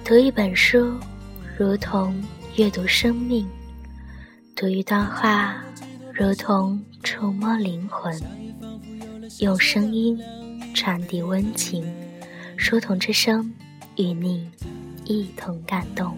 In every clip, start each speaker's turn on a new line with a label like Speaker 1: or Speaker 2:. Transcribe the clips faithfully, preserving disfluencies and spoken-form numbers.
Speaker 1: 读一本书如同阅读生命，读一段话如同触摸灵魂，用声音传递温情，书童之声与你一同感动。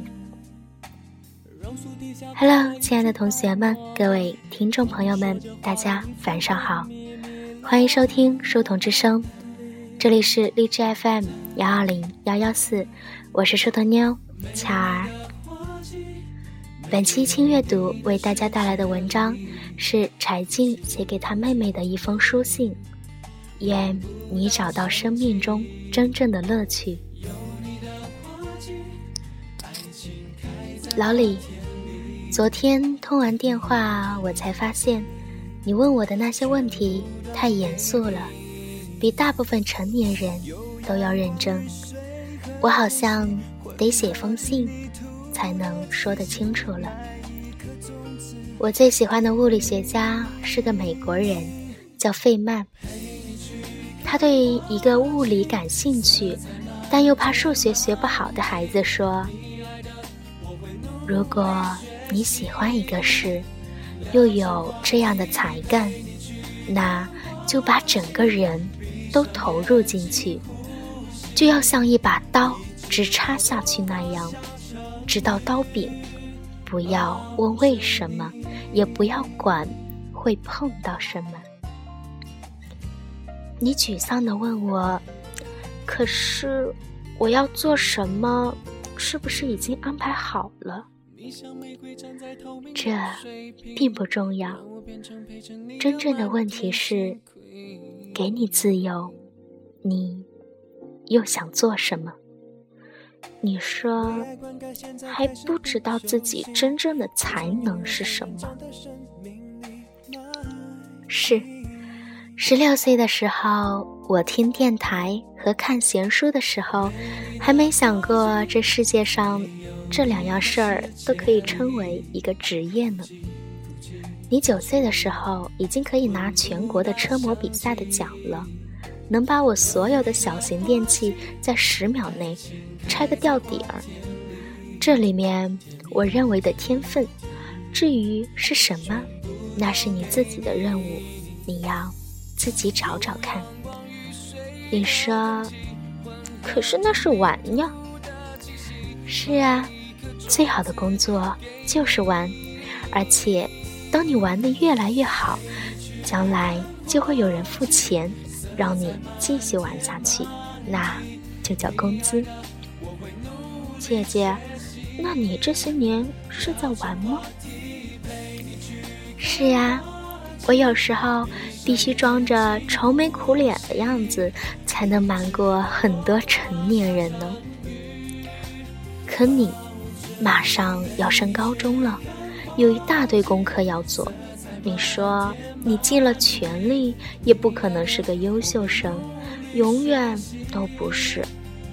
Speaker 1: Hello， 亲爱的同学们，各位听众朋友们，大家晚上好，欢迎收听书童之声，这里是荔枝 F M 幺二零幺幺四，我是书童妞巧儿。本期轻阅读为大家带来的文章是柴静写给她妹妹的一封书信，愿你找到生命中真正的乐趣。老李，昨天通完电话，我才发现你问我的那些问题太严肃了，比大部分成年人都要认真。我好像得写封信才能说得清楚了。我最喜欢的物理学家是个美国人，叫费曼。他对一个物理感兴趣，但又怕数学学不好的孩子说，如果你喜欢一个事，又有这样的才干，那就把整个人都投入进去，就要像一把刀直插下去那样，直到刀柄。不要问为什么，也不要管会碰到什么。你沮丧地问我，可是我要做什么，是不是已经安排好了？这并不重要，真正的问题是，给你自由，你又想做什么？你说还不知道自己真正的才能是什么？是，十六岁的时候，我听电台和看闲书的时候，还没想过这世界上这两样事儿都可以称为一个职业呢。你九岁的时候，已经可以拿全国的车模比赛的奖了，能把我所有的小型电器在十秒内拆个掉底儿。这里面我认为的天分，至于是什么，那是你自己的任务，你要自己找找看。你说，可是那是玩呀。是啊，最好的工作就是玩，而且当你玩得越来越好，将来就会有人付钱让你继续玩下去，那就叫工资。姐姐，那你这些年是在玩吗？是呀，我有时候必须装着愁眉苦脸的样子，才能瞒过很多成年人呢。可你马上要升高中了，有一大堆功课要做，你说你尽了全力也不可能是个优秀生，永远都不是。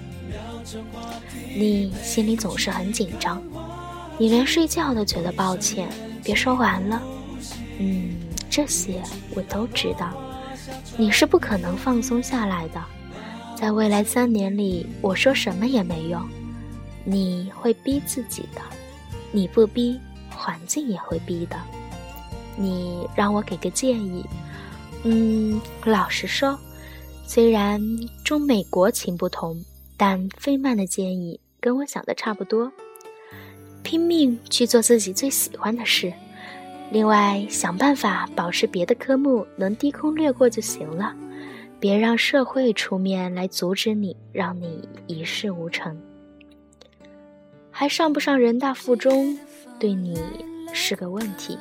Speaker 1: 你心里总是很紧张，你连睡觉都觉得抱歉，别说完了。嗯，这些我都知道，你是不可能放松下来的。在未来三年里，我说什么也没用，你会逼自己的，你不逼，环境也会逼的。你让我给个建议，嗯，老实说，虽然中美国情不同，但费曼的建议跟我想的差不多，拼命去做自己最喜欢的事，另外想办法保持别的科目能低空掠过就行了，别让社会出面来阻止你，让你一事无成。还上不上人大附中，对你是个问题。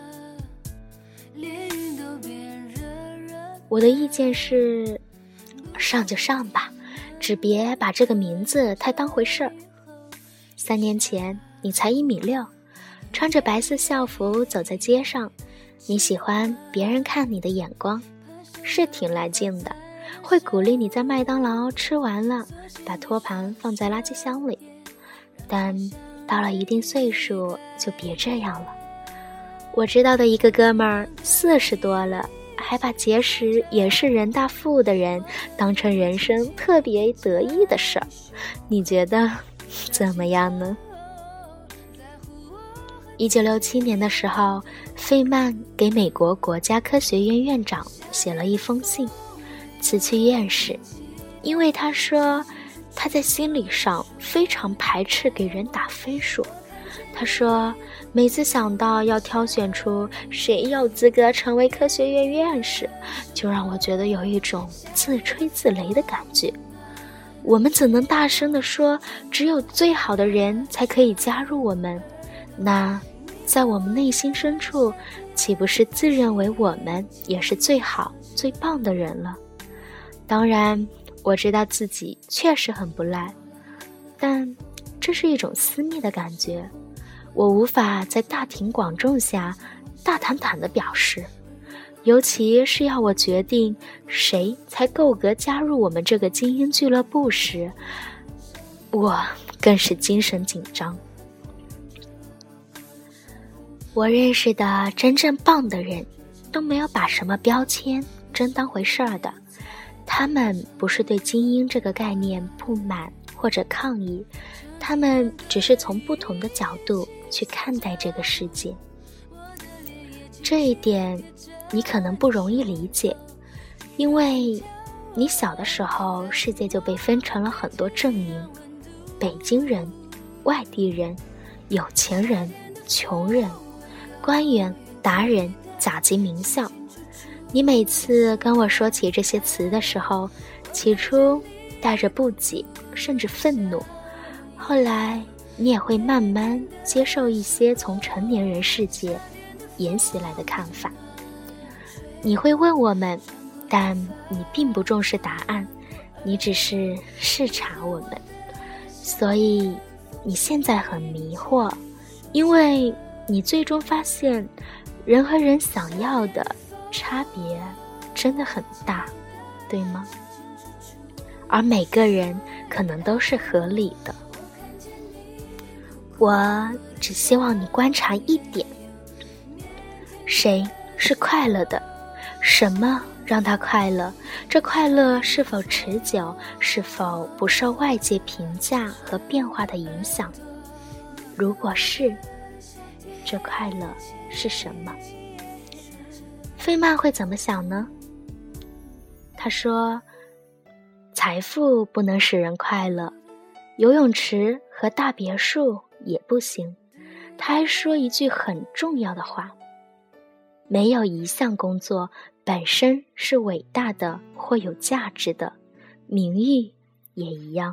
Speaker 1: 我的意见是，上就上吧，只别把这个名字太当回事儿。三年前你才一米六，穿着白色校服走在街上，你喜欢别人看你的眼光，是挺来劲的，会鼓励你在麦当劳吃完了把托盘放在垃圾箱里。但到了一定岁数就别这样了。我知道的一个哥们儿四十多了，还把结识也是人大附的人当成人生特别得意的事儿。你觉得怎么样呢？一九六七年的时候，费曼给美国国家科学院院长写了一封信，辞去院士，因为他说他在心理上非常排斥给人打分数。他说每次想到要挑选出谁有资格成为科学院院士，就让我觉得有一种自吹自擂的感觉。我们怎能大声地说只有最好的人才可以加入我们？那在我们内心深处，岂不是自认为我们也是最好最棒的人了？当然我知道自己确实很不赖，但这是一种私密的感觉，我无法在大庭广众下大坦坦地表示，尤其是要我决定谁才够格加入我们这个精英俱乐部时，我更是精神紧张。我认识的真正棒的人都没有把什么标签真当回事儿的，他们不是对精英这个概念不满或者抗议，他们只是从不同的角度去看待这个世界。这一点你可能不容易理解，因为你小的时候世界就被分成了很多阵营，北京人、外地人、有钱人、穷人、官员、达人、甲级名校。你每次跟我说起这些词的时候，起初带着不解甚至愤怒，后来你也会慢慢接受一些从成年人世界沿袭来的看法。你会问我们，但你并不重视答案，你只是视察我们。所以你现在很迷惑，因为你最终发现人和人想要的差别真的很大，对吗？而每个人可能都是合理的。我只希望你观察一点，谁是快乐的？什么让他快乐？这快乐是否持久？是否不受外界评价和变化的影响？如果是，这快乐是什么？费曼会怎么想呢？他说，财富不能使人快乐，游泳池和大别墅也不行。他还说一句很重要的话，没有一项工作本身是伟大的或有价值的，名誉也一样。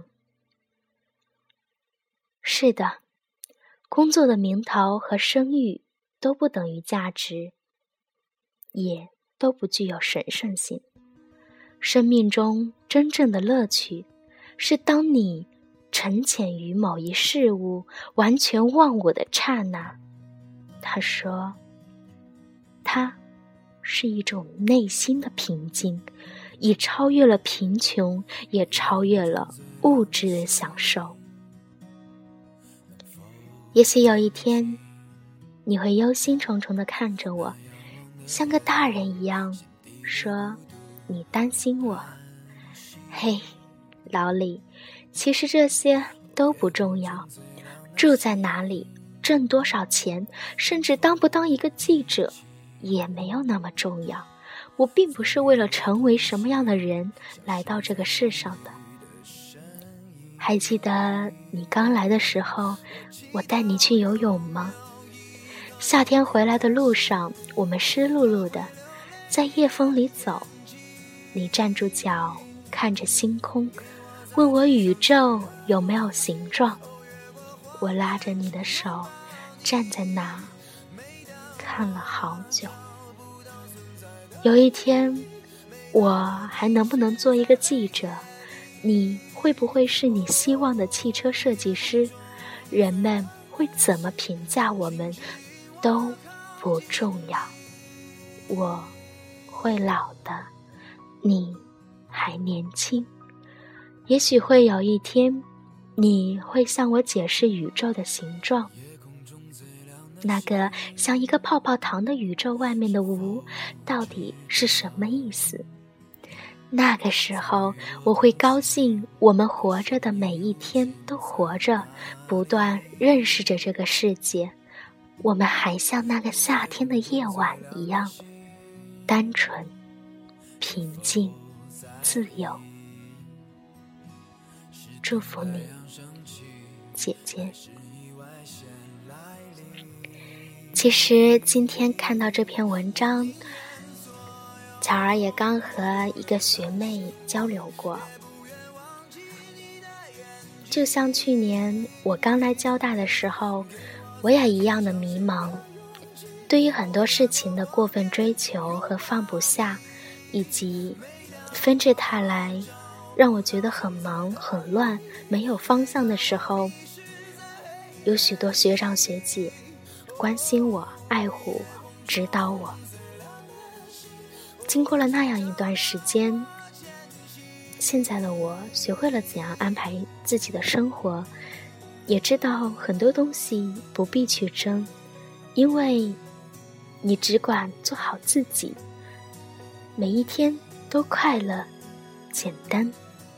Speaker 1: 是的，工作的名头和声誉都不等于价值，也都不具有神圣性。生命中真正的乐趣，是当你沉潜于某一事物，完全忘我的刹那。他说，它是一种内心的平静，已超越了贫穷，也超越了物质的享受。也许有一天，你会忧心忡忡地看着我，像个大人一样，说你担心我。嘿，老李，其实这些都不重要，住在哪里，挣多少钱，甚至当不当一个记者，也没有那么重要。我并不是为了成为什么样的人来到这个世上的。还记得你刚来的时候，我带你去游泳吗？夏天回来的路上，我们湿漉漉的，在夜风里走。你站住脚，看着星空，问我宇宙有没有形状。我拉着你的手，站在那，看了好久。有一天，我还能不能做一个记者？你会不会是你希望的汽车设计师？人们会怎么评价我们都不重要。我会老的，你还年轻。也许会有一天，你会向我解释宇宙的形状，那个像一个泡泡糖的宇宙外面的无到底是什么意思？ 那个时候我会高兴，我们活着的每一天都活着，不断认识着这个世界。我们还像那个夏天的夜晚一样单纯、平静、自由。祝福你，姐姐。其实今天看到这篇文章，巧儿也刚和一个学妹交流过。就像去年我刚来交大的时候，我也一样的迷茫，对于很多事情的过分追求和放不下，以及纷至沓来让我觉得很忙很乱没有方向的时候，有许多学长学姐关心我、爱护我、指导我。经过了那样一段时间，现在的我学会了怎样安排自己的生活，也知道很多东西不必去争，因为你只管做好自己，每一天都快乐、简单。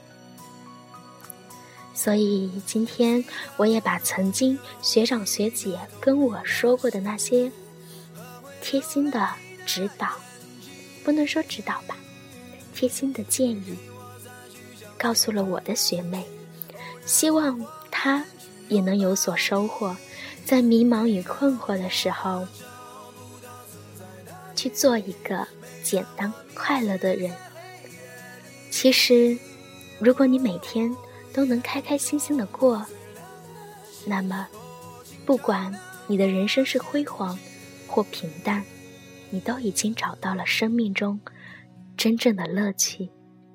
Speaker 1: 所以今天我也把曾经学长学姐跟我说过的那些贴心的指导，不能说指导吧，贴心的建议告诉了我的学妹，希望她也能有所收获，在迷茫与困惑的时候去做一个简单快乐的人。其实如果你每天都能开开心心的过，那么不管你的人生是辉煌或平淡，你都已经找到了生命中真正的乐趣。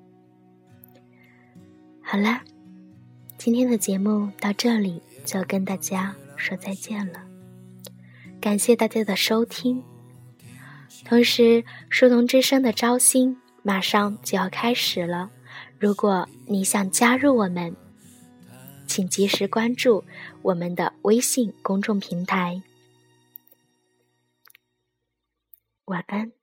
Speaker 1: 好啦，今天的节目到这里就要跟大家说再见了，感谢大家的收听。同时树洞之声的招新马上就要开始了，如果你想加入我们，请及时关注我们的微信公众平台。晚安。